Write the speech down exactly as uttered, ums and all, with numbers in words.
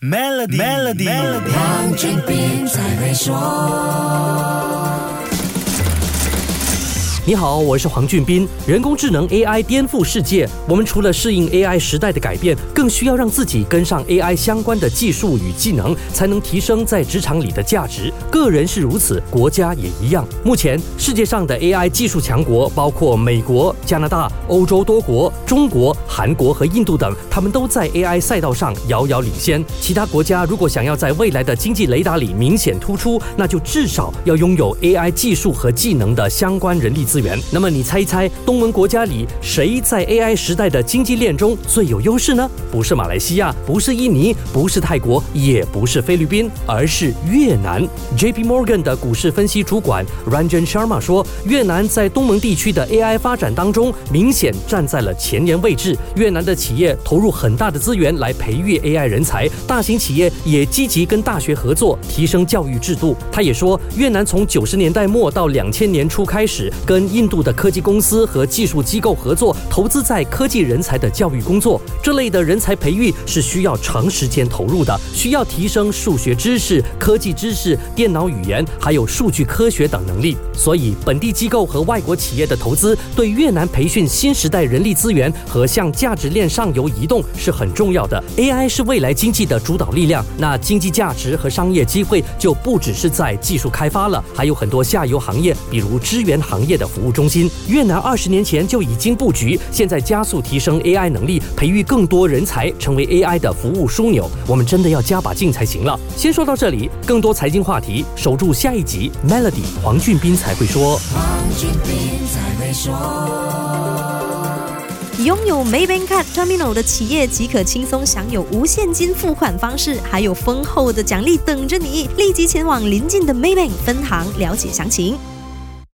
Melody， Melody， 黄俊斌才会说。 你好，我是黄俊斌。人工智能 A I 颠覆世界，我们除了适应 A I 时代的改变，更需要让自己跟上 A I 相关的技术与技能，才能提升在职场里的价值。个人是如此，国家也一样。目前世界上的 A I 技术强国包括美国、加拿大、欧洲多国、中国、韩国和印度等，他们都在 A I 赛道上遥遥领先。其他国家如果想要在未来的经济雷达里明显突出，那就至少要拥有 A I 技术和技能的相关人力资源。那么你猜一猜，东盟国家里谁在 A I 时代的经济链中最有优势呢？不是马来西亚，不是印尼，不是泰国，也不是菲律宾，而是越南。J P Morgan 的股市分析主管 Ranjan Sharma 说，越南在东盟地区的 A I 发展当中明显站在了前沿位置。越南的企业投入很大的资源来培育 A I 人才，大型企业也积极跟大学合作，提升教育制度。他也说，越南从九十年代末到两千年初开始，跟印度的科技公司和技术机构合作，投资在科技人才的教育工作。这类的人才培育是需要长时间投入的，需要提升数学知识、科技知识、电脑语言，还有数据科学等能力。所以，本地机构和外国企业的投资对越南培训新时代人力资源和向价值链上游移动是很重要的。A I 是未来经济的主导力量，那经济价值和商业机会就不只是在技术开发了，还有很多下游行业，比如支援行业的服务中心。越南二十年前就已经布局，现在加速提升 A I 能力，培育更多人才，成为 A I 的服务枢纽。我们真的要加把劲才行了。先说到这里，更多财经话题，守住下一集 Melody 黄俊斌才会说。 黄俊斌才会说。 拥有 Maybank Card Terminal 的企业即可轻松享有无现金付款方式，还有丰厚的奖励等着你。立即前往邻近的 Maybank 分行了解详情。